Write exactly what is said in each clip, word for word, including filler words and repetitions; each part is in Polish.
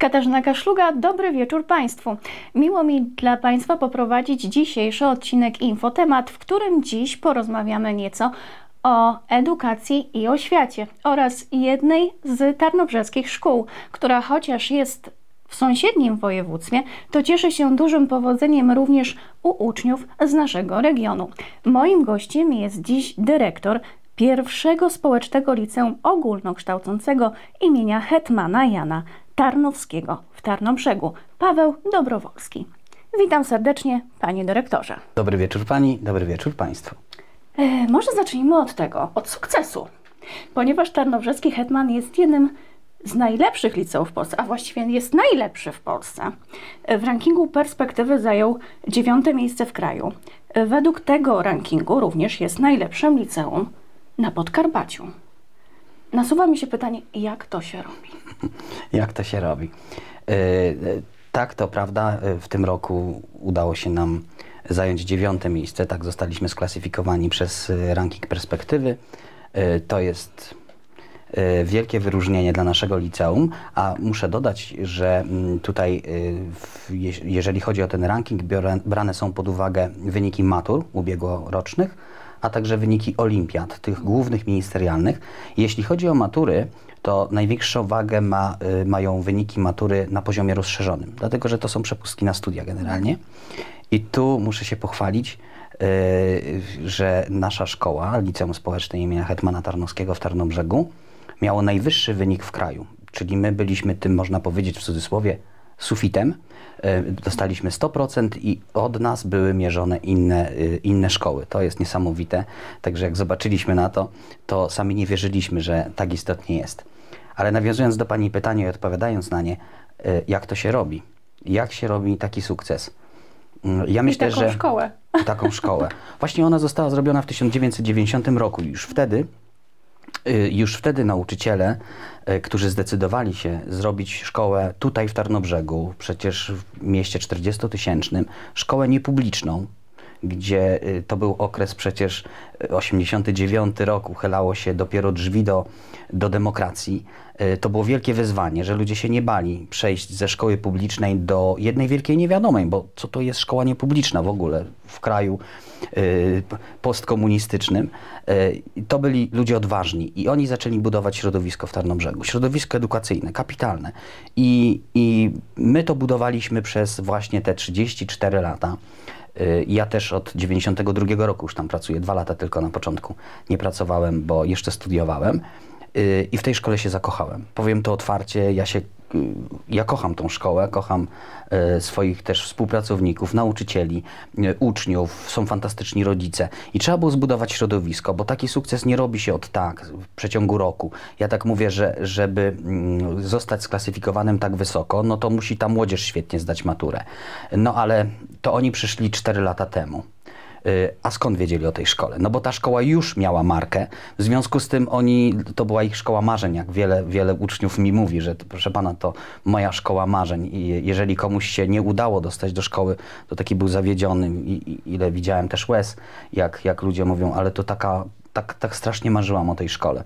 Katarzyna Kaszluga, dobry wieczór Państwu. Miło mi dla Państwa poprowadzić dzisiejszy odcinek Infotemat, w którym dziś porozmawiamy nieco o edukacji i oświacie oraz jednej z tarnobrzeskich szkół, która chociaż jest w sąsiednim województwie, to cieszy się dużym powodzeniem również u uczniów z naszego regionu. Moim gościem jest dziś dyrektor pierwszego społecznego liceum ogólnokształcącego imienia hetmana Jana Tarnowskiego w Tarnobrzegu, Paweł Dobrowolski. Witam serdecznie, panie dyrektorze. Dobry wieczór pani, dobry wieczór państwu. E, może zacznijmy od tego, od sukcesu, ponieważ tarnobrzeski hetman jest jednym z najlepszych liceów w Polsce, a właściwie jest najlepszy w Polsce. W rankingu Perspektywy zajął dziewiąte miejsce w kraju. Według tego rankingu również jest najlepszym liceum na Podkarpaciu. Nasuwa mi się pytanie, jak to się robi? Jak to się robi? Yy, tak, to prawda, w tym roku udało się nam zająć dziewiąte miejsce, tak zostaliśmy sklasyfikowani przez ranking Perspektywy. Yy, to jest yy, wielkie wyróżnienie dla naszego liceum, a muszę dodać, że yy, tutaj, yy, w, je, jeżeli chodzi o ten ranking, biorę, brane są pod uwagę wyniki matur ubiegłorocznych, a także wyniki olimpiad, tych głównych ministerialnych. Jeśli chodzi o matury, to największą wagę ma, y, mają wyniki matury na poziomie rozszerzonym, dlatego że to są przepustki na studia generalnie. I tu muszę się pochwalić, y, że nasza szkoła, Liceum Społeczne imienia hetmana Tarnowskiego w Tarnobrzegu, miało najwyższy wynik w kraju. Czyli my byliśmy tym, można powiedzieć w cudzysłowie, sufitem. Dostaliśmy sto procent i od nas były mierzone inne, inne szkoły. To jest niesamowite. Także jak zobaczyliśmy na to, to sami nie wierzyliśmy, że tak istotnie jest. Ale nawiązując do pani pytania i odpowiadając na nie, jak to się robi? Jak się robi taki sukces? Ja myślę, I taką że szkołę. Taką szkołę. Właśnie ona została zrobiona w tysiąc dziewięćset dziewięćdziesiątym roku. Już wtedy Już wtedy nauczyciele, którzy zdecydowali się zrobić szkołę tutaj w Tarnobrzegu, przecież w mieście czterdziestotysięcznym, szkołę niepubliczną, gdzie to był okres przecież osiemdziesiąty dziewiąty rok, uchylało się dopiero drzwi do, do demokracji. To było wielkie wyzwanie, że ludzie się nie bali przejść ze szkoły publicznej do jednej wielkiej niewiadomej, bo co to jest szkoła niepubliczna w ogóle w kraju y, postkomunistycznym. Y, to byli ludzie odważni i oni zaczęli budować środowisko w Tarnobrzegu. Środowisko edukacyjne, kapitalne. I, i my to budowaliśmy przez właśnie te trzydzieści cztery lata. Ja też od dziewięćdziesiątego drugiego roku już tam pracuję, dwa lata tylko na początku nie pracowałem, bo jeszcze studiowałem i w tej szkole się zakochałem. Powiem to otwarcie, ja się, ja kocham tą szkołę, kocham swoich też współpracowników, nauczycieli, uczniów, są fantastyczni rodzice i trzeba było zbudować środowisko, bo taki sukces nie robi się od tak w przeciągu roku. Ja tak mówię, że żeby zostać sklasyfikowanym tak wysoko, no to musi ta młodzież świetnie zdać maturę. No ale to oni przyszli cztery lata temu. A skąd wiedzieli o tej szkole? No bo ta szkoła już miała markę, w związku z tym oni, to była ich szkoła marzeń, jak wiele, wiele uczniów mi mówi, że proszę pana, to moja szkoła marzeń i jeżeli komuś się nie udało dostać do szkoły, to taki był zawiedziony i, i ile widziałem też łez, jak, jak ludzie mówią, ale to taka, tak, tak strasznie marzyłam o tej szkole.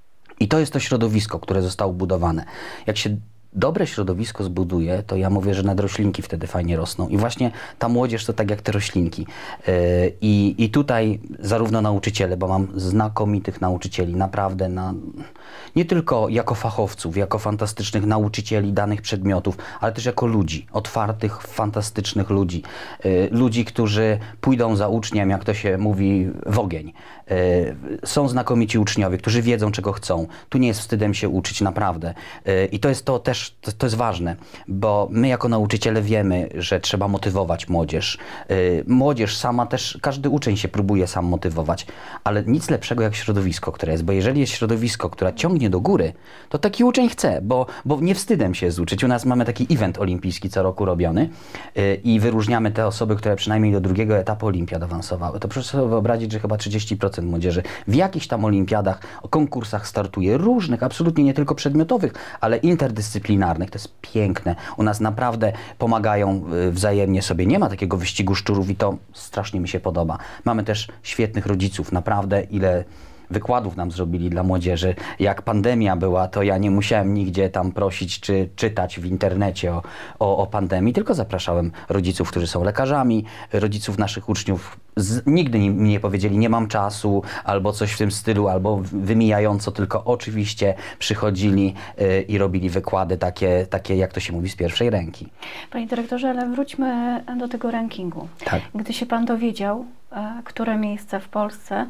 I to jest to środowisko, które zostało budowane. Jak się dobre środowisko zbuduje, to ja mówię, że nadroślinki wtedy fajnie rosną. I właśnie ta młodzież to tak jak te roślinki. Yy, i, I tutaj zarówno nauczyciele, bo mam znakomitych nauczycieli, naprawdę, na, nie tylko jako fachowców, jako fantastycznych nauczycieli danych przedmiotów, ale też jako ludzi, otwartych, fantastycznych ludzi. Yy, ludzi, którzy pójdą za uczniem, jak to się mówi, w ogień. Yy, są znakomici uczniowie, którzy wiedzą, czego chcą. Tu nie jest wstydem się uczyć, naprawdę. Yy, I to jest to też To, to jest ważne, bo my jako nauczyciele wiemy, że trzeba motywować młodzież. Yy, młodzież sama też, każdy uczeń się próbuje sam motywować, ale nic lepszego jak środowisko, które jest, bo jeżeli jest środowisko, które ciągnie do góry, to taki uczeń chce, bo, bo nie wstydem się jest uczyć. U nas mamy taki event olimpijski co roku robiony yy, i wyróżniamy te osoby, które przynajmniej do drugiego etapu olimpiad awansowały. To proszę sobie wyobrazić, że chyba trzydzieści procent młodzieży w jakichś tam olimpiadach, konkursach startuje, różnych, absolutnie nie tylko przedmiotowych, ale interdyscyplinarnych. To jest piękne. U nas naprawdę pomagają wzajemnie sobie. Nie ma takiego wyścigu szczurów i to strasznie mi się podoba. Mamy też świetnych rodziców. Naprawdę ile wykładów nam zrobili dla młodzieży. Jak pandemia była, to ja nie musiałem nigdzie tam prosić czy czytać w internecie o, o, o pandemii, tylko zapraszałem rodziców, którzy są lekarzami, rodziców naszych uczniów. Z, nigdy mi nie powiedzieli, nie mam czasu, albo coś w tym stylu, albo wymijająco, tylko oczywiście przychodzili y, i robili wykłady takie, takie, jak to się mówi, z pierwszej ręki. Panie dyrektorze, ale wróćmy do tego rankingu. Tak. Gdy się pan dowiedział, e, które miejsce w Polsce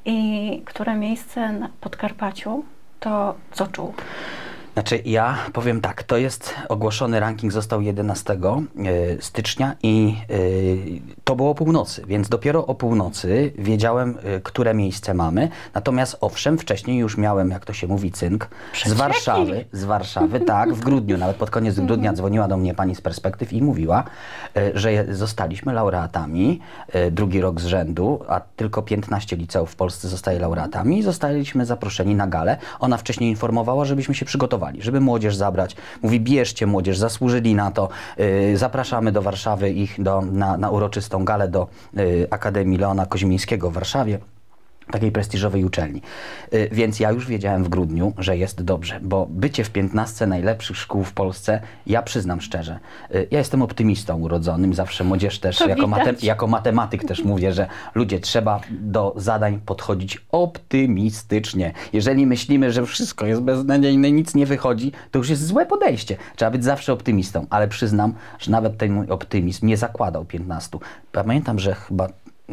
i które miejsce na Podkarpaciu, to co czuł? Znaczy ja powiem tak, to jest ogłoszony ranking został jedenastego stycznia i y, to było o północy, więc dopiero o północy wiedziałem, y, które miejsce mamy. Natomiast owszem, wcześniej już miałem, jak to się mówi, cynk z Warszawy, z Warszawy, tak, w grudniu, nawet pod koniec grudnia dzwoniła do mnie pani z Perspektyw i mówiła, y, że zostaliśmy laureatami y, drugi rok z rzędu, a tylko piętnaście liceów w Polsce zostaje laureatami i zostaliśmy zaproszeni na galę. Ona wcześniej informowała, żebyśmy się przygotowali, żeby młodzież zabrać. Mówi, bierzcie młodzież, zasłużyli na to. Yy, zapraszamy do Warszawy ich do, na, na uroczystą galę do yy, Akademii Leona Koźmińskiego w Warszawie, takiej prestiżowej uczelni. Yy, więc ja już wiedziałem w grudniu, że jest dobrze, bo bycie w piętnastce najlepszych szkół w Polsce, ja przyznam szczerze, yy, ja jestem optymistą urodzonym, zawsze młodzież też, jako, matem, jako matematyk też mówię, że ludzie, trzeba do zadań podchodzić optymistycznie. Jeżeli myślimy, że wszystko jest beznadziejne, nic nie wychodzi, to już jest złe podejście. Trzeba być zawsze optymistą, ale przyznam, że nawet ten mój optymizm nie zakładał piętnastu. Pamiętam, że chyba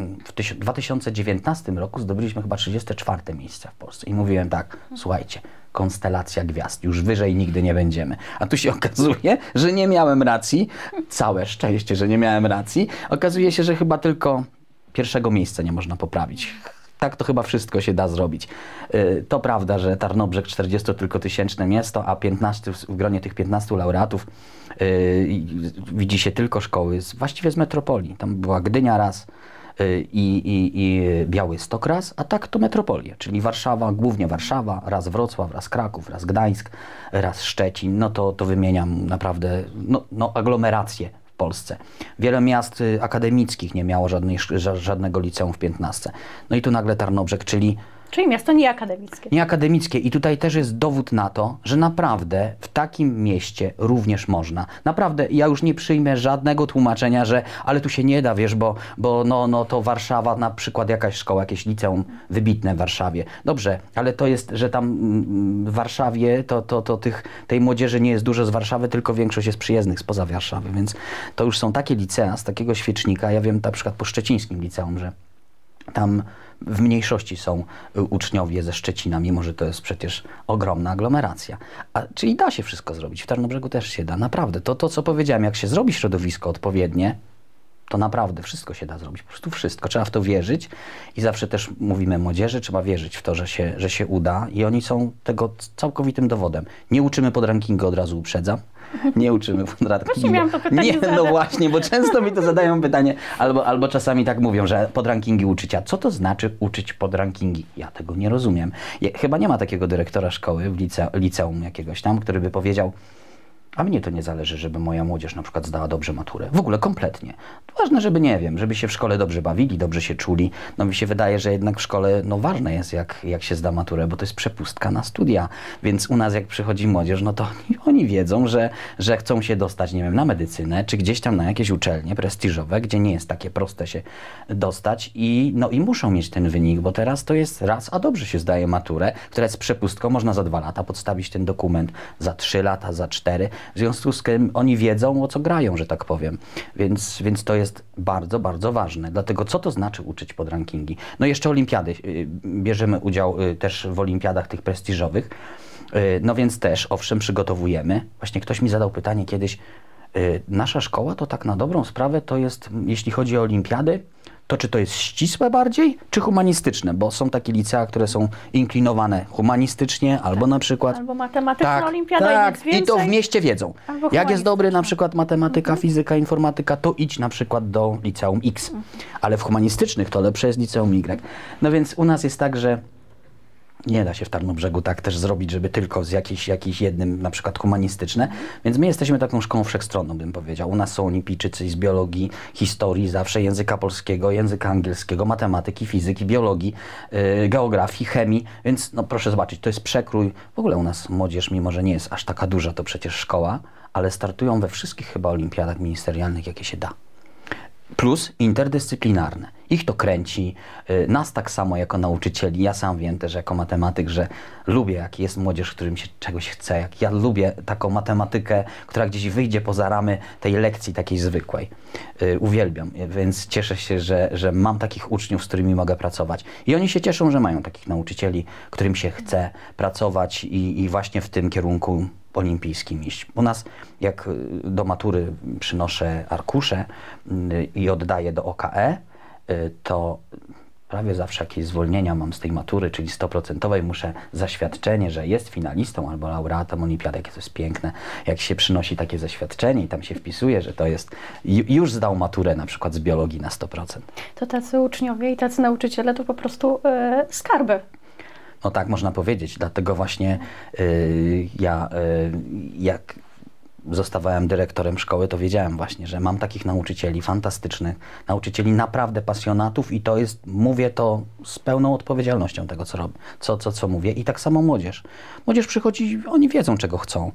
w dwa tysiące dziewiętnastym roku zdobyliśmy chyba trzydzieste czwarte miejsce w Polsce i mówiłem tak, słuchajcie, konstelacja gwiazd, już wyżej nigdy nie będziemy. A tu się okazuje, że nie miałem racji, całe szczęście, że nie miałem racji. Okazuje się, że chyba tylko pierwszego miejsca nie można poprawić. Tak to chyba wszystko się da zrobić. Yy, to prawda, że Tarnobrzeg czterdziesto tylko tysięczne miasto, a piętnaście, w gronie tych piętnastu laureatów yy, widzi się tylko szkoły, z, właściwie z metropolii. Tam była Gdynia raz, I, i, i Białystok raz, a tak to metropolie, czyli Warszawa, głównie Warszawa, raz Wrocław, raz Kraków, raz Gdańsk, raz Szczecin, no to, to wymieniam naprawdę no, no, aglomeracje w Polsce. Wiele miast akademickich nie miało żadnej, żadnego liceum w piętnastce. No i tu nagle Tarnobrzeg, czyli Czyli miasto nieakademickie. Nieakademickie. I tutaj też jest dowód na to, że naprawdę w takim mieście również można. Naprawdę, ja już nie przyjmę żadnego tłumaczenia, że ale tu się nie da, wiesz, bo, bo no, no to Warszawa, na przykład jakaś szkoła, jakieś liceum wybitne w Warszawie. Dobrze, ale to jest, że tam w Warszawie to, to, to tych, tej młodzieży nie jest dużo z Warszawy, tylko większość jest przyjezdnych spoza Warszawy, więc to już są takie licea z takiego świecznika. Ja wiem na przykład po szczecińskim liceum, że tam w mniejszości są uczniowie ze Szczecina, mimo że to jest przecież ogromna aglomeracja. A, czyli da się wszystko zrobić. W Tarnobrzegu też się da. Naprawdę. To, to co powiedziałem, jak się zrobi środowisko odpowiednie, to naprawdę wszystko się da zrobić. Po prostu wszystko. Trzeba w to wierzyć i zawsze też mówimy młodzieży, trzeba wierzyć w to, że się, że się uda i oni są tego całkowitym dowodem. Nie uczymy pod rankingu, od razu uprzedzam. Nie uczymy pod rankingu. Właśnie miałam to pytanie Nie, no właśnie, bo często mi to zadają pytanie, albo, albo czasami tak mówią, że pod rankingi uczyć. A co to znaczy uczyć pod rankingi? Ja tego nie rozumiem. Je, chyba nie ma takiego dyrektora szkoły w lice, liceum jakiegoś tam, który by powiedział, a mnie to nie zależy, żeby moja młodzież na przykład zdała dobrze maturę. W ogóle kompletnie. Ważne, żeby, nie wiem, żeby się w szkole dobrze bawili, dobrze się czuli. No mi się wydaje, że jednak w szkole no ważne jest, jak, jak się zda maturę, bo to jest przepustka na studia. Więc u nas jak przychodzi młodzież, no to oni, oni wiedzą, że, że chcą się dostać, nie wiem, na medycynę, czy gdzieś tam na jakieś uczelnie prestiżowe, gdzie nie jest takie proste się dostać i, no, i muszą mieć ten wynik, bo teraz to jest raz, a dobrze się zdaje maturę, która jest przepustką, można za dwa lata podstawić ten dokument, za trzy lata, za cztery. W związku z tym oni wiedzą, o co grają, że tak powiem. Więc, więc to jest bardzo, bardzo ważne. Dlatego co to znaczy uczyć pod rankingi? No jeszcze olimpiady. Bierzemy udział też w olimpiadach tych prestiżowych. No więc też, owszem, przygotowujemy. Właśnie ktoś mi zadał pytanie kiedyś, nasza szkoła to tak na dobrą sprawę to jest, jeśli chodzi o olimpiady, to czy to jest ścisłe bardziej, czy humanistyczne? Bo są takie licea, które są inklinowane humanistycznie, albo tak, na przykład... Albo matematyczna tak, olimpiada tak, i nic więcej. I to w mieście wiedzą. Jak jest dobry na przykład matematyka, mhm. fizyka, informatyka, to idź na przykład do liceum X. Mhm. Ale w humanistycznych to lepsze jest liceum Y. No więc u nas jest tak, że Nie da się w Tarnobrzegu tak też zrobić, żeby tylko z jakiejś, jakiejś jednym, na przykład humanistyczne. Więc my jesteśmy taką szkołą wszechstronną, bym powiedział. U nas są olimpijczycy z biologii, historii, zawsze języka polskiego, języka angielskiego, matematyki, fizyki, biologii, yy, geografii, chemii. Więc no proszę zobaczyć, to jest przekrój. W ogóle u nas młodzież, mimo że nie jest aż taka duża, to przecież szkoła, ale startują we wszystkich chyba olimpiadach ministerialnych, jakie się da. Plus interdyscyplinarne. Ich to kręci, y, nas tak samo jako nauczycieli. Ja sam wiem też jako matematyk, że lubię, jak jest młodzież, którym się czegoś chce. Jak ja lubię taką matematykę, która gdzieś wyjdzie poza ramy tej lekcji takiej zwykłej. Y, uwielbiam, więc cieszę się, że, że mam takich uczniów, z którymi mogę pracować. I oni się cieszą, że mają takich nauczycieli, którym się chce pracować i, i właśnie w tym kierunku olimpijskim iść. U nas, jak do matury przynoszę arkusze i oddaję do O K E, to prawie zawsze jakieś zwolnienia mam z tej matury, czyli sto procent muszę zaświadczenie, że jest finalistą albo laureatem olimpiady, jakie to jest piękne. Jak się przynosi takie zaświadczenie i tam się wpisuje, że to jest, już zdał maturę na przykład z biologii na sto procent. To tacy uczniowie i tacy nauczyciele to po prostu yy, skarby. No tak można powiedzieć, dlatego właśnie yy, ja yy, jak zostawałem dyrektorem szkoły, to wiedziałem właśnie, że mam takich nauczycieli fantastycznych, nauczycieli naprawdę pasjonatów i to jest, mówię to z pełną odpowiedzialnością tego, co robię, co, co, co mówię. I tak samo młodzież. Młodzież przychodzi, oni wiedzą, czego chcą.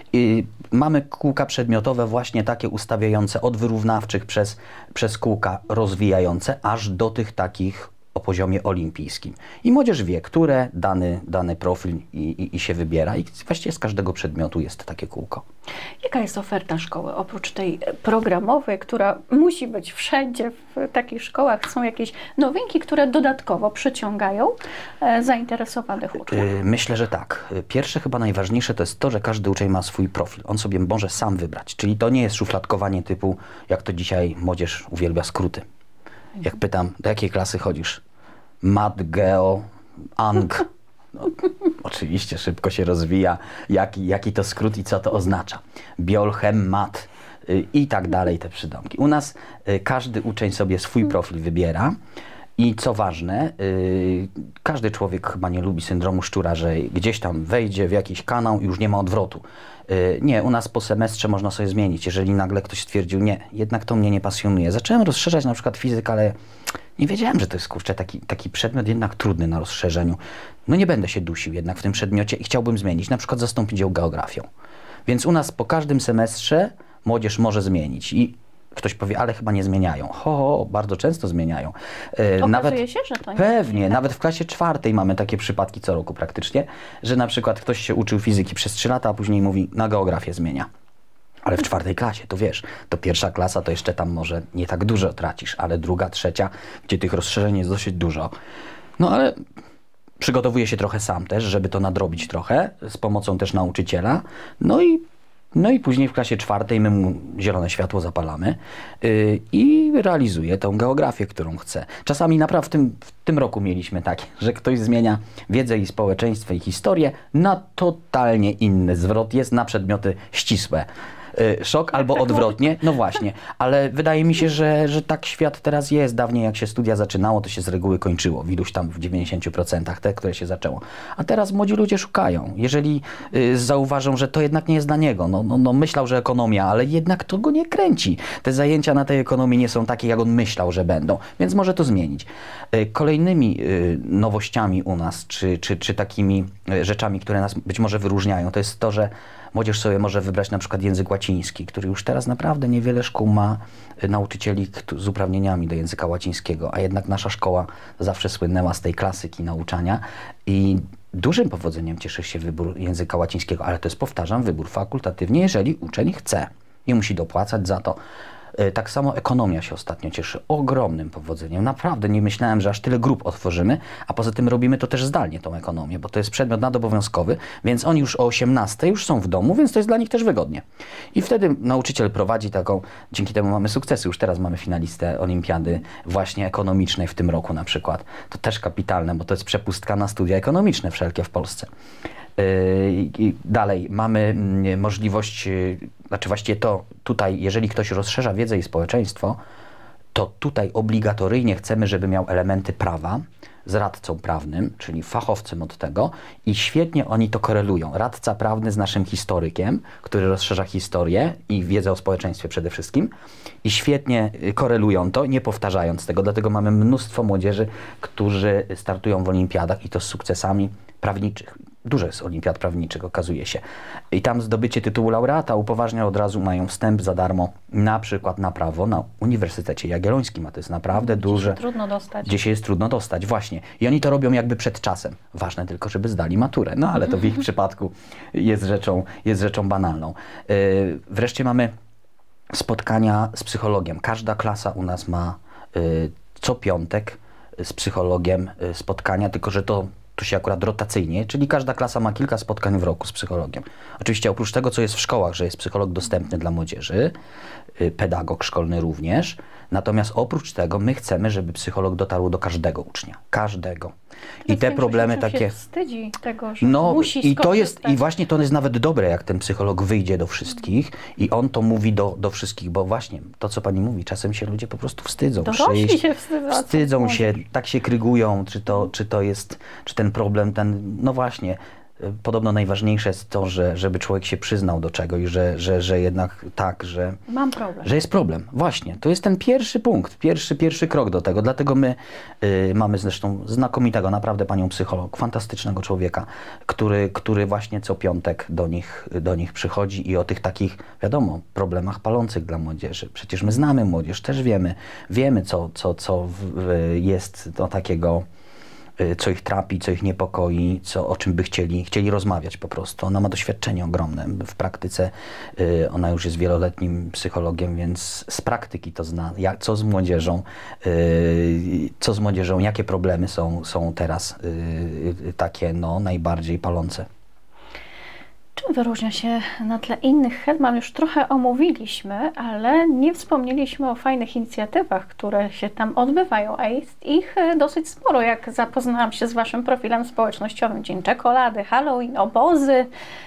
I mamy kółka przedmiotowe właśnie takie ustawiające od wyrównawczych przez, przez kółka rozwijające, aż do tych takich o poziomie olimpijskim. I młodzież wie, które dany, dany profil i, i, i się wybiera i właściwie z każdego przedmiotu jest takie kółko. Jaka jest oferta szkoły? Oprócz tej programowej, która musi być wszędzie w takich szkołach, są jakieś nowinki, które dodatkowo przyciągają e, zainteresowanych uczniów? Myślę, że tak. Pierwsze, chyba najważniejsze to jest to, że każdy uczeń ma swój profil. On sobie może sam wybrać. Czyli to nie jest szufladkowanie typu, jak to dzisiaj młodzież uwielbia skróty. Jak pytam, do jakiej klasy chodzisz? Mat, geo, ang. No, oczywiście szybko się rozwija, jaki, jaki to skrót i co to oznacza. Biol, chem, mat y, i tak dalej te przydomki. U nas y, każdy uczeń sobie swój profil wybiera. I co ważne, yy, każdy człowiek chyba nie lubi syndromu szczura, że gdzieś tam wejdzie w jakiś kanał i już nie ma odwrotu. Yy, nie, u nas po semestrze można sobie zmienić. Jeżeli nagle ktoś stwierdził, nie, jednak to mnie nie pasjonuje. Zacząłem rozszerzać na przykład fizykę, ale nie wiedziałem, że to jest, kurczę, taki, taki przedmiot jednak trudny na rozszerzeniu. No nie będę się dusił jednak w tym przedmiocie i chciałbym zmienić, na przykład zastąpić ją geografią. Więc u nas po każdym semestrze młodzież może zmienić i ktoś powie, ale chyba nie zmieniają. Ho, ho, bardzo często zmieniają. Okazuje nawet, się, że to nie pewnie, tak. Nawet w klasie czwartej mamy takie przypadki co roku praktycznie, że na przykład ktoś się uczył fizyki przez trzy lata, a później mówi, na geografię zmienia. Ale w czwartej klasie, to wiesz, to pierwsza klasa to jeszcze tam może nie tak dużo tracisz, ale druga, trzecia, gdzie tych rozszerzeń jest dosyć dużo. No ale przygotowuję się trochę sam też, żeby to nadrobić trochę, z pomocą też nauczyciela. No i No i później w klasie czwartej my mu zielone światło zapalamy yy, i realizuje tą geografię, którą chce. Czasami naprawdę w tym, w tym roku mieliśmy takie, że ktoś zmienia wiedzę i społeczeństwo i historię na totalnie inny zwrot. Jest na przedmioty ścisłe. Yy, szok albo odwrotnie, no właśnie, ale wydaje mi się, że, że tak świat teraz jest. Dawniej jak się studia zaczynało, to się z reguły kończyło, w iluś tam w dziewięćdziesięciu procentach, te, które się zaczęło. A teraz młodzi ludzie szukają. Jeżeli yy, zauważą, że to jednak nie jest dla niego, no, no, no myślał, że ekonomia, ale jednak to go nie kręci. Te zajęcia na tej ekonomii nie są takie, jak on myślał, że będą, więc może to zmienić. Yy, kolejnymi yy, nowościami u nas, czy, czy, czy takimi yy, rzeczami, które nas być może wyróżniają, to jest to, że młodzież sobie może wybrać na przykład język łaciński, który już teraz naprawdę niewiele szkół ma nauczycieli z uprawnieniami do języka łacińskiego, a jednak nasza szkoła zawsze słynęła z tej klasyki nauczania i dużym powodzeniem cieszy się wybór języka łacińskiego, ale to jest, powtarzam, wybór fakultatywny, jeżeli uczeń chce. Nie musi dopłacać za to. Tak samo ekonomia się ostatnio cieszy ogromnym powodzeniem. Naprawdę nie myślałem, że aż tyle grup otworzymy, a poza tym robimy to też zdalnie, tą ekonomię, bo to jest przedmiot nadobowiązkowy, więc oni już o osiemnastej już są w domu, więc to jest dla nich też wygodnie. I wtedy nauczyciel prowadzi taką, dzięki temu mamy sukcesy. Już teraz mamy finalistę olimpiady właśnie ekonomicznej w tym roku na przykład. To też kapitalne, bo to jest przepustka na studia ekonomiczne wszelkie w Polsce. Yy, dalej mamy możliwość, yy, znaczy właściwie to tutaj, jeżeli ktoś rozszerza wiedzę i społeczeństwo, to tutaj obligatoryjnie chcemy, żeby miał elementy prawa, z radcą prawnym, czyli fachowcem od tego i świetnie oni to korelują. Radca prawny z naszym historykiem, który rozszerza historię i wiedzę o społeczeństwie przede wszystkim i świetnie korelują to, nie powtarzając tego. Dlatego mamy mnóstwo młodzieży, którzy startują w olimpiadach i to z sukcesami prawniczych. Dużo jest olimpiad prawniczych, okazuje się. I tam zdobycie tytułu laureata upoważnia od razu mają wstęp za darmo, na przykład na prawo na Uniwersytecie Jagiellońskim, a to jest naprawdę Gdzie duże. się trudno dostać. Gdzie się jest trudno dostać, właśnie. I oni to robią jakby przed czasem. Ważne tylko, żeby zdali maturę. No ale to w ich przypadku jest rzeczą, jest rzeczą banalną. Yy, wreszcie mamy spotkania z psychologiem. Każda klasa u nas ma yy, co piątek z psychologiem yy, spotkania, tylko że to to się akurat rotacyjnie, czyli każda klasa ma kilka spotkań w roku z psychologiem. Oczywiście oprócz tego, co jest w szkołach, że jest psycholog dostępny dla młodzieży, yy, pedagog szkolny również, natomiast oprócz tego my chcemy, żeby psycholog dotarł do każdego ucznia. Każdego. I te problemy takie... Się wstydzi tego, że no musi i to jest, skorzystać. i właśnie to jest nawet dobre, jak ten psycholog wyjdzie do wszystkich i on to mówi do, do wszystkich, bo właśnie to, co pani mówi, czasem się ludzie po prostu wstydzą Dorośli przyjść, się wstydzą. a co wstydzą się, młodzież? tak się krygują, czy to, czy to jest, czy ten problem, ten, no właśnie, y, podobno najważniejsze jest to, że, żeby człowiek się przyznał do czegoś, że, że, że jednak tak, że, Mam problem. że jest problem. Właśnie, to jest ten pierwszy punkt, pierwszy, pierwszy krok do tego. Dlatego my y, mamy zresztą znakomitego, naprawdę panią psycholog, fantastycznego człowieka, który, który właśnie co piątek do nich, do nich przychodzi i o tych takich, wiadomo, problemach palących dla młodzieży. Przecież my znamy młodzież, też wiemy, wiemy co, co, co w, w jest do takiego, co ich trapi, co ich niepokoi, co, o czym by chcieli, chcieli rozmawiać po prostu. Ona ma doświadczenie ogromne w praktyce. Y, ona już jest wieloletnim psychologiem, więc z praktyki to zna, jak, co z młodzieżą, y, co z młodzieżą, jakie problemy są, są teraz y, y, takie no, najbardziej palące. Czym wyróżnia się na tle innych Hetman? Już trochę omówiliśmy, ale nie wspomnieliśmy o fajnych inicjatywach, które się tam odbywają, a jest ich dosyć sporo. Jak zapoznałam się z waszym profilem społecznościowym, Dzień Czekolady, Halloween, obozy,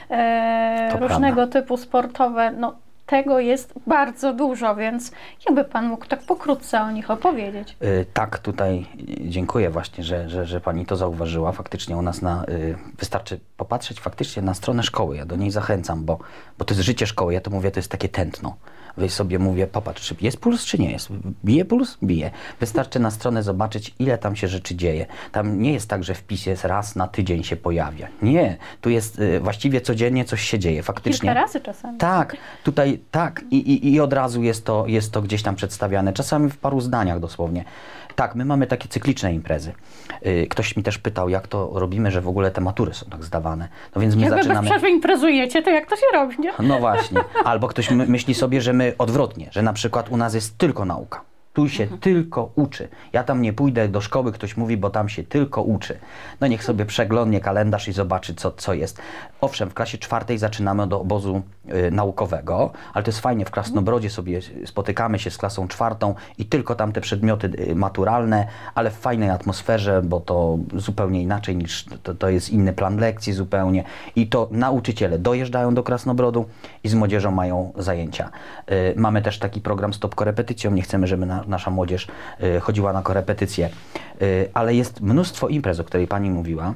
e, różnego prawda. typu sportowe, no tego jest bardzo dużo, więc jakby pan mógł tak pokrótce o nich opowiedzieć? Y, tak, tutaj dziękuję właśnie, że, że, że pani to zauważyła. Faktycznie u nas na, y, wystarczy popatrzeć faktycznie na stronę szkoły. Ja do niej zachęcam, bo, bo to jest życie szkoły. Ja to mówię, to jest takie tętno. Wy sobie mówię, popatrz, czy jest puls, czy nie jest? Bije puls? Bije. Wystarczy na stronę zobaczyć, ile tam się rzeczy dzieje. Tam nie jest tak, że wpis jest raz na tydzień się pojawia. Nie. Tu jest y, właściwie codziennie coś się dzieje. Faktycznie. Kilka razy czasami. Tak, tutaj tak i, i, i od razu jest to, jest to gdzieś tam przedstawiane, czasami w paru zdaniach dosłownie. Tak, my mamy takie cykliczne imprezy. Yy, ktoś mi też pytał, jak to robimy, że w ogóle te matury są tak zdawane. No więc my Jak wy bez zaczynamy... przerwy imprezujecie, to jak to się robi, nie? No właśnie. Albo ktoś my, myśli sobie, że my odwrotnie, że na przykład u nas jest tylko nauka. Tu się mhm. tylko uczy. Ja tam nie pójdę do szkoły, ktoś mówi, bo tam się tylko uczy. No niech sobie przeglądnie kalendarz i zobaczy, co, co jest. Owszem, w klasie czwartej zaczynamy od obozu y, naukowego, ale to jest fajnie, w Krasnobrodzie sobie spotykamy się z klasą czwartą i tylko tam te przedmioty y, maturalne, ale w fajnej atmosferze, bo to zupełnie inaczej niż, to, to jest inny plan lekcji zupełnie. I to nauczyciele dojeżdżają do Krasnobrodu i z młodzieżą mają zajęcia. Y, mamy też taki program Stop Korepetycją, nie chcemy, żeby na, nasza młodzież y, chodziła na korepetycje, y, ale jest mnóstwo imprez, o której pani mówiła,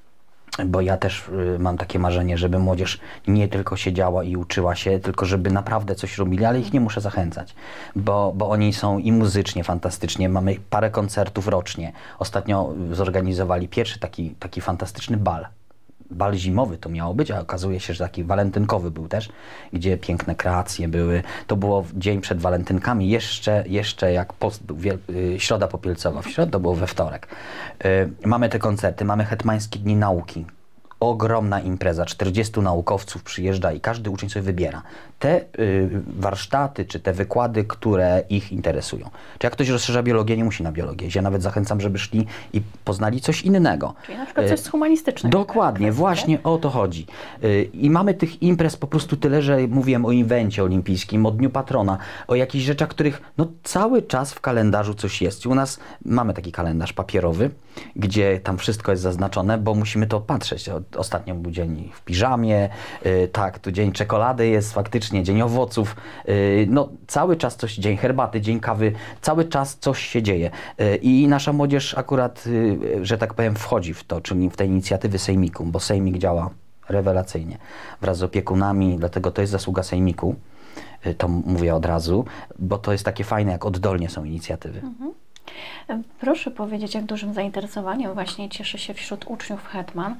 bo ja też y, mam takie marzenie, żeby młodzież nie tylko siedziała i uczyła się, tylko żeby naprawdę coś robili, ale ich nie muszę zachęcać, bo, bo oni są i muzycznie fantastycznie, mamy parę koncertów rocznie. Ostatnio zorganizowali pierwszy taki, taki fantastyczny bal. Bal zimowy to miało być, a okazuje się, że taki walentynkowy był też, gdzie piękne kreacje były. To było w dzień przed walentynkami, jeszcze, jeszcze jak post był, wiel, y, Środa Popielcowa, w środę to było we wtorek. Y, mamy te koncerty, mamy Hetmańskie Dni Nauki. Ogromna impreza, czterdziestu naukowców przyjeżdża i każdy uczeń sobie wybiera te y, warsztaty, czy te wykłady, które ich interesują. Czy jak ktoś rozszerza biologię, nie musi na biologię. Ja nawet zachęcam, żeby szli i poznali coś innego. Czyli na przykład coś z humanistycznego. Dokładnie, kwestii, właśnie tak? o to chodzi. Y, I mamy tych imprez po prostu tyle, że mówiłem o inwencie olimpijskim, o Dniu Patrona, o jakichś rzeczach, których no cały czas w kalendarzu coś jest. I u nas mamy taki kalendarz papierowy, gdzie tam wszystko jest zaznaczone, bo musimy to patrzeć. ostatnio był dzień w piżamie, y, tak, tu dzień czekolady jest faktycznie, dzień owoców, y, no cały czas coś, dzień herbaty, dzień kawy, cały czas coś się dzieje. Y, I nasza młodzież akurat, y, że tak powiem, wchodzi w to, czyli w te inicjatywy Sejmiku, bo Sejmik działa rewelacyjnie wraz z opiekunami, dlatego to jest zasługa Sejmiku, y, to mówię od razu, bo to jest takie fajne, jak oddolnie są inicjatywy. Mhm. Proszę powiedzieć, jak dużym zainteresowaniem właśnie cieszy się wśród uczniów hetman,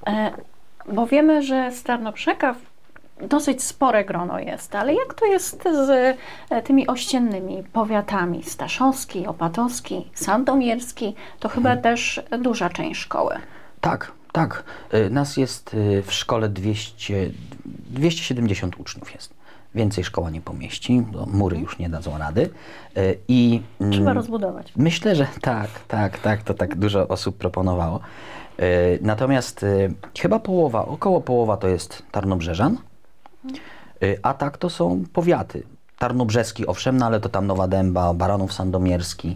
bo wiemy, że z Tarnobrzega dosyć spore grono jest, ale jak to jest z tymi ościennymi powiatami? Staszowski, Opatowski, Sandomierski, to chyba hmm. też duża część szkoły. Tak, tak. Nas jest w szkole dwieście, dwieście siedemdziesiąt uczniów jest. Więcej szkoła nie pomieści, bo mury już nie dadzą rady. I trzeba rozbudować. Myślę, że tak, tak, tak, to tak dużo osób proponowało. Natomiast chyba połowa, około połowa to jest Tarnobrzeżan, a tak to są powiaty. Tarnobrzeski, owszem, no ale to tam Nowa Dęba, Baranów Sandomierski,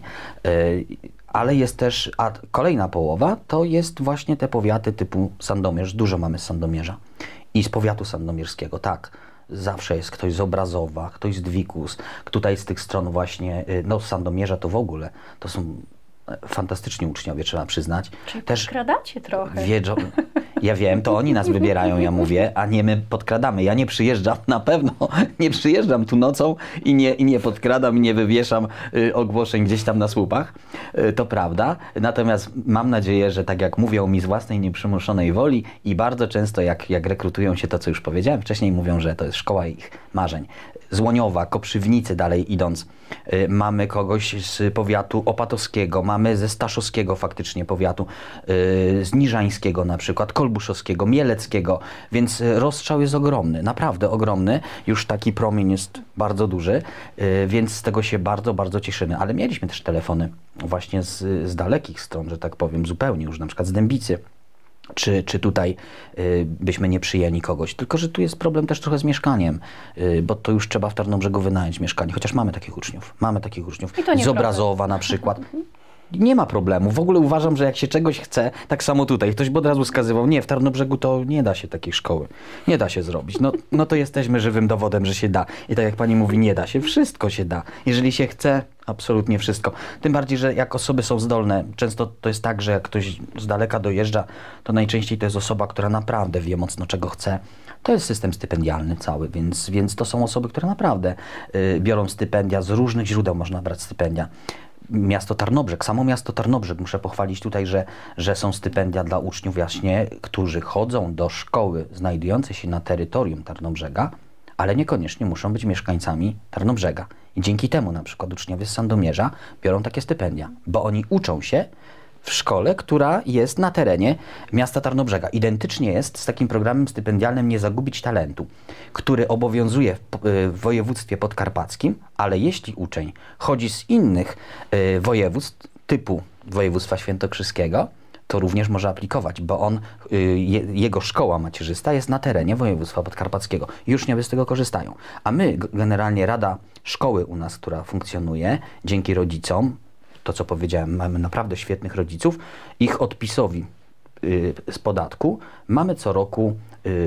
ale jest też, a kolejna połowa to jest właśnie te powiaty typu Sandomierz. Dużo mamy z Sandomierza i z powiatu sandomierskiego, tak. Zawsze jest ktoś z Obrazowa, ktoś z Dwikus, tutaj z tych stron właśnie, no z Sandomierza to w ogóle, to są fantastyczni uczniowie, trzeba przyznać. Czyli też podkradacie trochę. Wiedzą, ja wiem, to oni nas wybierają, ja mówię, a nie my podkradamy. Ja nie przyjeżdżam, na pewno nie przyjeżdżam tu nocą i nie, i nie podkradam, i nie wywieszam y, ogłoszeń gdzieś tam na słupach. Y, to prawda. Natomiast mam nadzieję, że tak jak mówią mi z własnej nieprzymuszonej woli i bardzo często jak, jak rekrutują się to, co już powiedziałem wcześniej, mówią, że to jest szkoła ich marzeń. Z Łoniowa, Koprzywnicy dalej idąc. Y, mamy kogoś z powiatu opatowskiego, mamy ze Staszowskiego faktycznie powiatu, y, z Niżańskiego na przykład, Kolbuszowskiego, Mieleckiego, więc rozstrzał jest ogromny, naprawdę ogromny. Już taki promień jest bardzo duży, y, więc z tego się bardzo, bardzo cieszymy. Ale mieliśmy też telefony właśnie z, z dalekich stron, że tak powiem, zupełnie już na przykład z Dębicy. Czy, czy tutaj y, byśmy nie przyjęli kogoś. Tylko że tu jest problem też trochę z mieszkaniem, y, bo to już trzeba w Tarnobrzegu wynająć mieszkanie, chociaż mamy takich uczniów. Mamy takich uczniów. Z Obrazowa na przykład. Nie ma problemu. W ogóle uważam, że jak się czegoś chce, tak samo tutaj. Ktoś by od razu wskazywał, nie, w Tarnobrzegu to nie da się takiej szkoły. Nie da się zrobić. No, no to jesteśmy żywym dowodem, że się da. I tak jak pani mówi, nie da się. Wszystko się da. Jeżeli się chce, absolutnie wszystko. Tym bardziej, że jak osoby są zdolne, często to jest tak, że jak ktoś z daleka dojeżdża, to najczęściej to jest osoba, która naprawdę wie mocno, czego chce. To jest system stypendialny cały, więc, więc to są osoby, które naprawdę y, biorą stypendia. Z różnych źródeł można brać stypendia. Miasto Tarnobrzeg, samo miasto Tarnobrzeg, muszę pochwalić tutaj, że, że są stypendia dla uczniów właśnie, którzy chodzą do szkoły znajdującej się na terytorium Tarnobrzega, ale niekoniecznie muszą być mieszkańcami Tarnobrzega. I dzięki temu na przykład uczniowie z Sandomierza biorą takie stypendia, bo oni uczą się w szkole, która jest na terenie miasta Tarnobrzega. Identycznie jest z takim programem stypendialnym Nie zagubić talentu, który obowiązuje w, w województwie podkarpackim, ale jeśli uczeń chodzi z innych y, województw, typu województwa świętokrzyskiego, to również może aplikować, bo on, y, je, jego szkoła macierzysta jest na terenie województwa podkarpackiego. I uczniowie z tego korzystają. A my, generalnie Rada Szkoły u nas, która funkcjonuje, dzięki rodzicom, to co powiedziałem, mamy naprawdę świetnych rodziców, ich odpisowi y, z podatku mamy co roku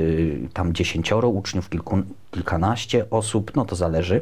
y, tam dziesięcioro uczniów, kilku, kilkanaście osób, no to zależy,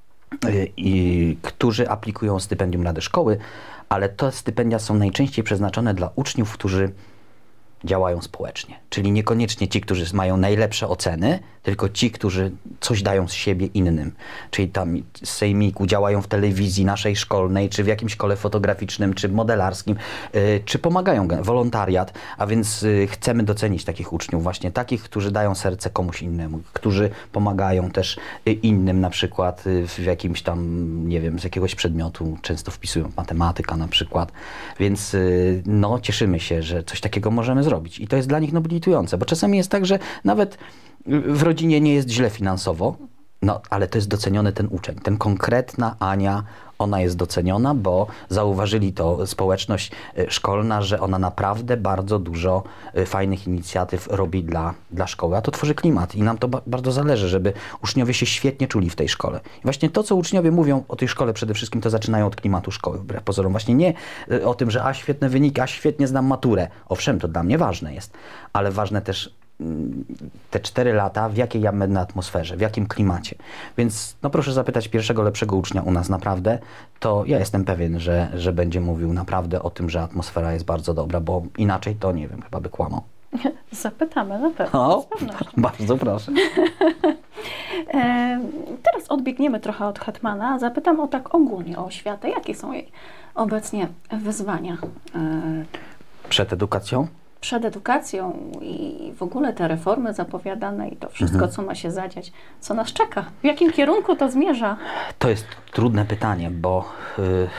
y, y, którzy aplikują o stypendium Rady Szkoły, ale te stypendia są najczęściej przeznaczone dla uczniów, którzy działają społecznie. Czyli niekoniecznie ci, którzy mają najlepsze oceny, tylko ci, którzy coś dają z siebie innym. Czyli tam z Sejmiku działają w telewizji naszej szkolnej, czy w jakimś szkole fotograficznym, czy modelarskim, yy, czy pomagają, wolontariat, a więc yy, chcemy docenić takich uczniów, właśnie takich, którzy dają serce komuś innemu, którzy pomagają też yy, innym, na przykład yy, w jakimś tam, nie wiem, z jakiegoś przedmiotu, często wpisują matematyka na przykład, więc yy, no cieszymy się, że coś takiego możemy zrobić i to jest dla nich nobilitujące, bo czasami jest tak, że nawet w rodzinie nie jest źle finansowo, No, ale to jest doceniony ten uczeń. Ten konkretna Ania, ona jest doceniona, bo zauważyli to społeczność szkolna, że ona naprawdę bardzo dużo fajnych inicjatyw robi dla, dla szkoły, a to tworzy klimat i nam to ba bardzo zależy, żeby uczniowie się świetnie czuli w tej szkole. I właśnie to, co uczniowie mówią o tej szkole przede wszystkim, to zaczynają od klimatu szkoły, wbrew pozorom. Właśnie nie o tym, że a świetne wyniki, a świetnie znam maturę. Owszem, to dla mnie ważne jest, ale ważne też te cztery lata, w jakiej ja będę atmosferze, w jakim klimacie. Więc no proszę zapytać pierwszego lepszego ucznia u nas naprawdę, to ja jestem pewien, że, że będzie mówił naprawdę o tym, że atmosfera jest bardzo dobra, bo inaczej to nie wiem, chyba by kłamał. Zapytamy na pewno, o, z pewnością. Bardzo proszę. e, teraz odbiegniemy trochę od hetmana. Zapytam o tak ogólnie o oświatę. Jakie są jej obecnie wyzwania? E, Przed edukacją? Przed edukacją i w ogóle te reformy zapowiadane i to wszystko, mhm. co ma się zadziać, co nas czeka? W jakim kierunku to zmierza? To jest trudne pytanie, bo y,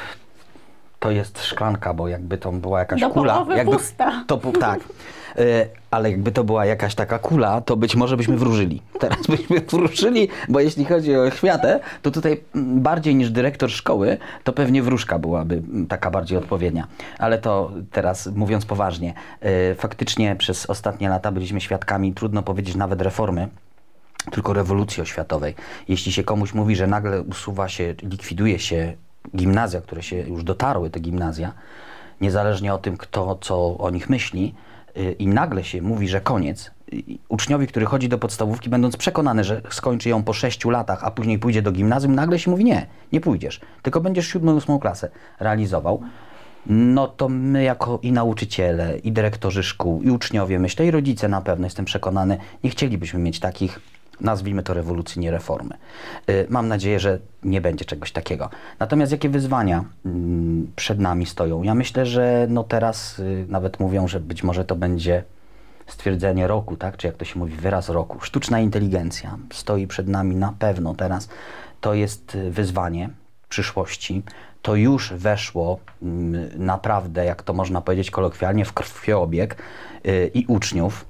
to jest szklanka, bo jakby to była jakaś Do kula. połowy jakby pusta. To, tak, y, ale jakby to była jakaś taka kula, to być może byśmy wróżyli. Teraz byśmy wróżyli, bo jeśli chodzi o oświatę, to tutaj bardziej niż dyrektor szkoły, to pewnie wróżka byłaby taka bardziej odpowiednia. Ale to teraz mówiąc poważnie, y, faktycznie przez ostatnie lata byliśmy świadkami, trudno powiedzieć nawet reformy, tylko rewolucji oświatowej. Jeśli się komuś mówi, że nagle usuwa się, likwiduje się gimnazja, które się już dotarły, te gimnazja, niezależnie o tym, kto co o nich myśli, yy, i nagle się mówi, że koniec. Yy, uczniowi, który chodzi do podstawówki, będąc przekonany, że skończy ją po sześciu latach, a później pójdzie do gimnazjum, nagle się mówi, nie, nie pójdziesz, tylko będziesz siódmą, ósmą klasę realizował. No to my jako i nauczyciele, i dyrektorzy szkół, i uczniowie, myślę, i rodzice na pewno, jestem przekonany, nie chcielibyśmy mieć takich, nazwijmy to rewolucji, nie reformy. Yy, mam nadzieję, że nie będzie czegoś takiego. Natomiast jakie wyzwania yy, przed nami stoją? Ja myślę, że no teraz yy, nawet mówią, że być może to będzie stwierdzenie roku, tak? Czy jak to się mówi, wyraz roku. Sztuczna inteligencja stoi przed nami na pewno teraz. To jest wyzwanie przyszłości. To już weszło yy, naprawdę, jak to można powiedzieć kolokwialnie, w krwiobieg yy, i uczniów,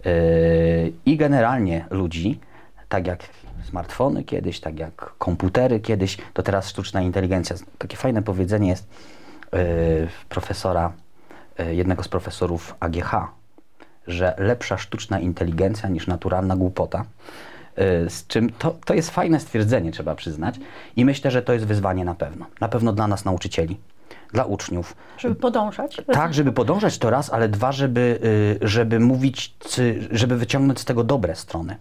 yy, i generalnie ludzi. Tak jak smartfony kiedyś, tak jak komputery kiedyś, to teraz sztuczna inteligencja. Takie fajne powiedzenie jest yy, profesora, yy, jednego z profesorów A G H, że lepsza sztuczna inteligencja niż naturalna głupota. Yy, z czym to, to jest fajne stwierdzenie, trzeba przyznać. I myślę, że to jest wyzwanie na pewno. Na pewno dla nas, nauczycieli, dla uczniów. Żeby podążać? Tak, żeby podążać to raz, ale dwa, żeby, yy, żeby mówić, żeby wyciągnąć z tego dobre strony.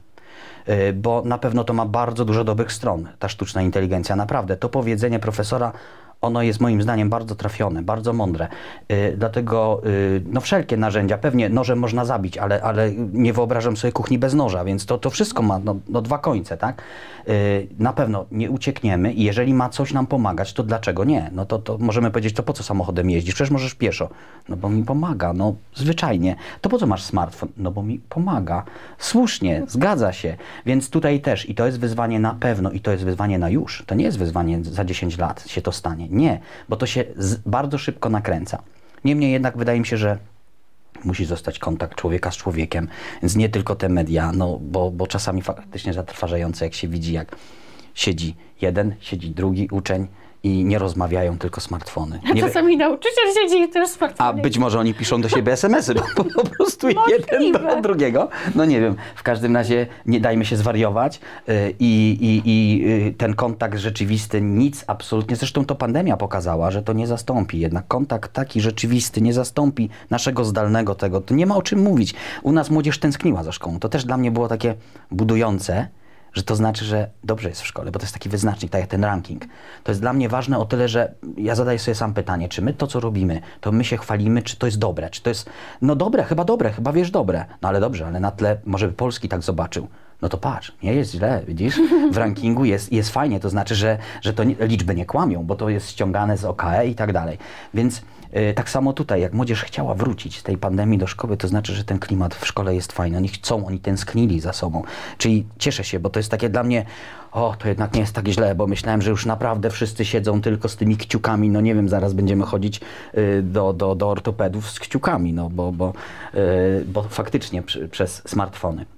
Bo na pewno to ma bardzo dużo dobrych stron, ta sztuczna inteligencja. Naprawdę, to powiedzenie profesora, ono jest moim zdaniem bardzo trafione, bardzo mądre. Yy, dlatego yy, no wszelkie narzędzia, pewnie nożem można zabić, ale, ale nie wyobrażam sobie kuchni bez noża, więc to, to wszystko ma no, no dwa końce, tak? Yy, na pewno nie uciekniemy i jeżeli ma coś nam pomagać, to dlaczego nie? No to, to możemy powiedzieć, to po co samochodem jeździsz? Przecież możesz pieszo. No bo mi pomaga, no zwyczajnie. To po co masz smartfon? No bo mi pomaga. Słusznie, zgadza się. Więc tutaj też i to jest wyzwanie na pewno i to jest wyzwanie na już. To nie jest wyzwanie za dziesięć lat się to stanie. Nie, bo to się z, bardzo szybko nakręca. Niemniej jednak wydaje mi się, że musi zostać kontakt człowieka z człowiekiem, więc nie tylko te media, no bo, bo czasami faktycznie zatrważające, jak się widzi, jak siedzi jeden, siedzi drugi uczeń i nie rozmawiają, tylko smartfony. A nie czasami nauczyciel siedzi i też smartfony. A być może oni piszą do siebie es em esy, bo po prostu jeden do drugiego. No nie wiem, w każdym razie nie dajmy się zwariować yy, i, i yy, ten kontakt rzeczywisty nic absolutnie, zresztą to pandemia pokazała, że to nie zastąpi. Jednak kontakt taki rzeczywisty nie zastąpi naszego zdalnego tego. To nie ma o czym mówić. U nas młodzież tęskniła za szkołą. To też dla mnie było takie budujące, że to znaczy, że dobrze jest w szkole, bo to jest taki wyznacznik, tak jak ten ranking. To jest dla mnie ważne o tyle, że ja zadaję sobie sam pytanie, czy my to, co robimy, to my się chwalimy, czy to jest dobre, czy to jest, no dobre, chyba dobre, chyba wiesz dobre. No ale dobrze, ale na tle, może by Polski tak zobaczył. No to patrz, nie jest źle, widzisz? W rankingu jest, jest fajnie, to znaczy, że, że to nie, liczby nie kłamią, bo to jest ściągane z O K E i tak dalej. Więc yy, tak samo tutaj, jak młodzież chciała wrócić z tej pandemii do szkoły, to znaczy, że ten klimat w szkole jest fajny. Oni chcą, oni tęsknili za sobą. Czyli cieszę się, bo to jest takie dla mnie, o, to jednak nie jest tak źle, bo myślałem, że już naprawdę wszyscy siedzą tylko z tymi kciukami, no nie wiem, zaraz będziemy chodzić yy, do, do, do ortopedów z kciukami, no bo, bo, yy, bo faktycznie przy, przez smartfony.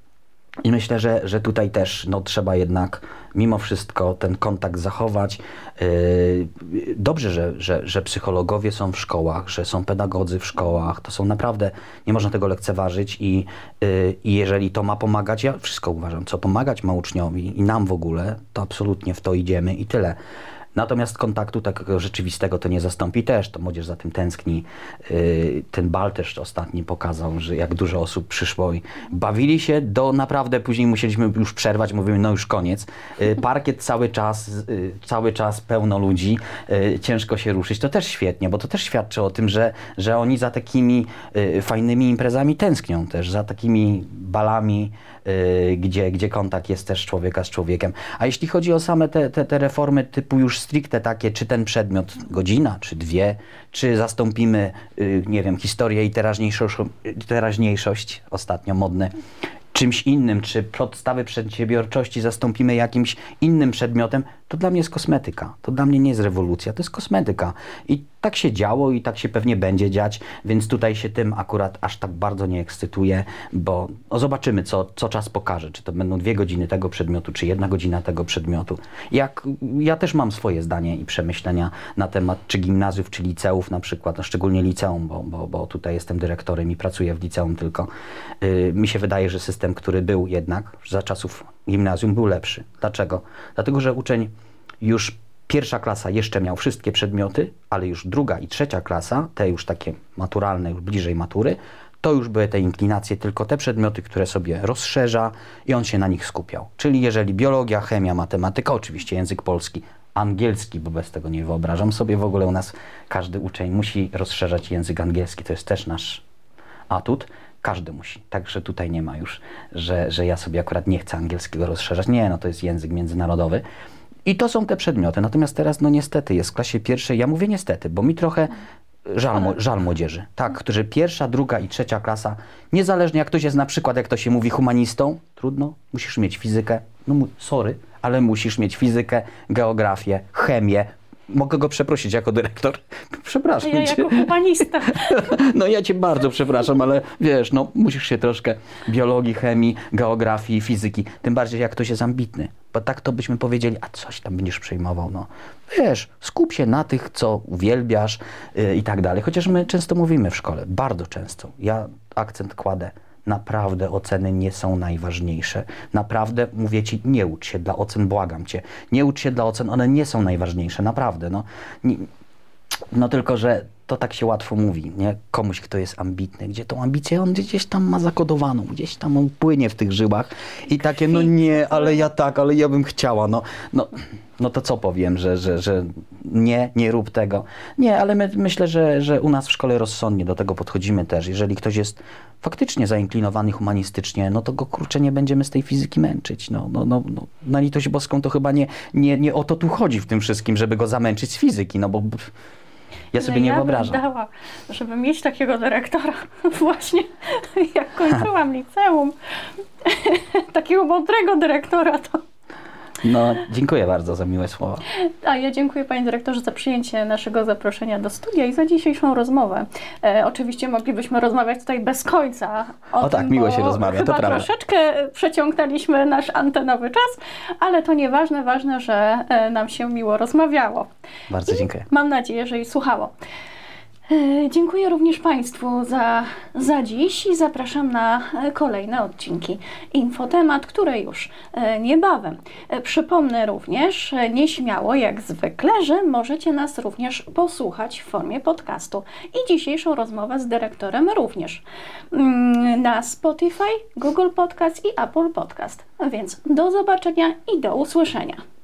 I myślę, że, że tutaj też no, trzeba jednak mimo wszystko ten kontakt zachować. Yy, dobrze, że, że, że psychologowie są w szkołach, że są pedagodzy w szkołach. To są naprawdę, nie można tego lekceważyć i, yy, i jeżeli to ma pomagać, ja wszystko uważam, co pomagać ma uczniowi i nam w ogóle, to absolutnie w to idziemy i tyle. Natomiast kontaktu takiego rzeczywistego to nie zastąpi też, to młodzież za tym tęskni. Yy, ten bal też ostatni pokazał, że jak dużo osób przyszło i bawili się do naprawdę, później musieliśmy już przerwać, mówimy no już koniec. Yy, parkiet cały czas, yy, cały czas pełno ludzi, yy, ciężko się ruszyć, to też świetnie, bo to też świadczy o tym, że, że oni za takimi yy, fajnymi imprezami tęsknią też, za takimi balami, Yy, gdzie, gdzie kontakt jest też człowieka z człowiekiem. A jeśli chodzi o same te, te, te reformy typu już stricte takie, czy ten przedmiot godzina, czy dwie, czy zastąpimy, yy, nie wiem, historię i teraźniejszość, teraźniejszość, ostatnio modne, czymś innym, czy podstawy przedsiębiorczości zastąpimy jakimś innym przedmiotem, to dla mnie jest kosmetyka. To dla mnie nie jest rewolucja, to jest kosmetyka. I tak się działo i tak się pewnie będzie dziać, więc tutaj się tym akurat aż tak bardzo nie ekscytuję, bo no zobaczymy, co, co czas pokaże. Czy to będą dwie godziny tego przedmiotu, czy jedna godzina tego przedmiotu. Jak, ja też mam swoje zdanie i przemyślenia na temat czy gimnazjów, czy liceów na przykład, no szczególnie liceum, bo, bo, bo tutaj jestem dyrektorem i pracuję w liceum tylko. Yy, mi się wydaje, że system, który był jednak za czasów gimnazjum, był lepszy. Dlaczego? Dlatego, że uczeń już pierwsza klasa jeszcze miał wszystkie przedmioty, ale już druga i trzecia klasa, te już takie maturalne, już bliżej matury, to już były te inklinacje, tylko te przedmioty, które sobie rozszerza i on się na nich skupiał. Czyli jeżeli biologia, chemia, matematyka, oczywiście język polski, angielski, bo bez tego nie wyobrażam sobie, w ogóle u nas każdy uczeń musi rozszerzać język angielski, to jest też nasz atut. Każdy musi. Także tutaj nie ma już, że, że ja sobie akurat nie chcę angielskiego rozszerzać. Nie, no to jest język międzynarodowy. I to są te przedmioty. Natomiast teraz, no niestety, jest w klasie pierwszej, ja mówię niestety, bo mi trochę żal, żal młodzieży. Tak, którzy pierwsza, druga i trzecia klasa, niezależnie jak ktoś jest na przykład, jak to się mówi, humanistą, trudno, musisz mieć fizykę, no sorry, ale musisz mieć fizykę, geografię, chemię. Mogę go przeprosić jako dyrektor? Przepraszam ja cię. jako humanista. No ja cię bardzo przepraszam, ale wiesz, no musisz się troszkę biologii, chemii, geografii, fizyki, tym bardziej jak ktoś jest ambitny. Bo tak to byśmy powiedzieli, a coś tam będziesz przejmował, no. Wiesz, skup się na tych, co uwielbiasz yy, i tak dalej. Chociaż my często mówimy w szkole, bardzo często. Ja akcent kładę. Naprawdę oceny nie są najważniejsze. Naprawdę mówię ci, nie ucz się dla ocen, błagam cię. Nie ucz się dla ocen, one nie są najważniejsze, naprawdę. No, nie, no tylko, że to tak się łatwo mówi, nie? Komuś, kto jest ambitny, gdzie tą ambicję on gdzieś tam ma zakodowaną, gdzieś tam on płynie w tych żyłach i takie, no nie, ale ja tak, ale ja bym chciała, no, no, no to co powiem, że, że, że nie, nie rób tego. Nie, ale my, myślę, że, że u nas w szkole rozsądnie do tego podchodzimy też. Jeżeli ktoś jest faktycznie zainklinowany humanistycznie, no to go kurczę nie będziemy z tej fizyki męczyć. No, no, no, no. Na litość boską to chyba nie, nie, nie o to tu chodzi w tym wszystkim, żeby go zamęczyć z fizyki, no bo ja sobie no nie ja wyobrażam. Bym dała, żeby mieć takiego dyrektora właśnie jak kończyłam liceum, takiego mądrego dyrektora to... No, dziękuję bardzo za miłe słowa. A ja dziękuję panie dyrektorze za przyjęcie naszego zaproszenia do studia i za dzisiejszą rozmowę. E, oczywiście moglibyśmy rozmawiać tutaj bez końca. O, o tym, tak, miło się rozmawia, chyba to prawda. Troszeczkę przeciągnęliśmy nasz antenowy czas, ale to nieważne, ważne, że e, nam się miło rozmawiało. Bardzo dziękuję. I mam nadzieję, że i słuchało. Dziękuję również Państwu za, za dziś i zapraszam na kolejne odcinki Infotemat, które już niebawem. Przypomnę również nieśmiało, jak zwykle, że możecie nas również posłuchać w formie podcastu i dzisiejszą rozmowę z dyrektorem również na Spotify, Google Podcast i Apple Podcast. Więc do zobaczenia i do usłyszenia.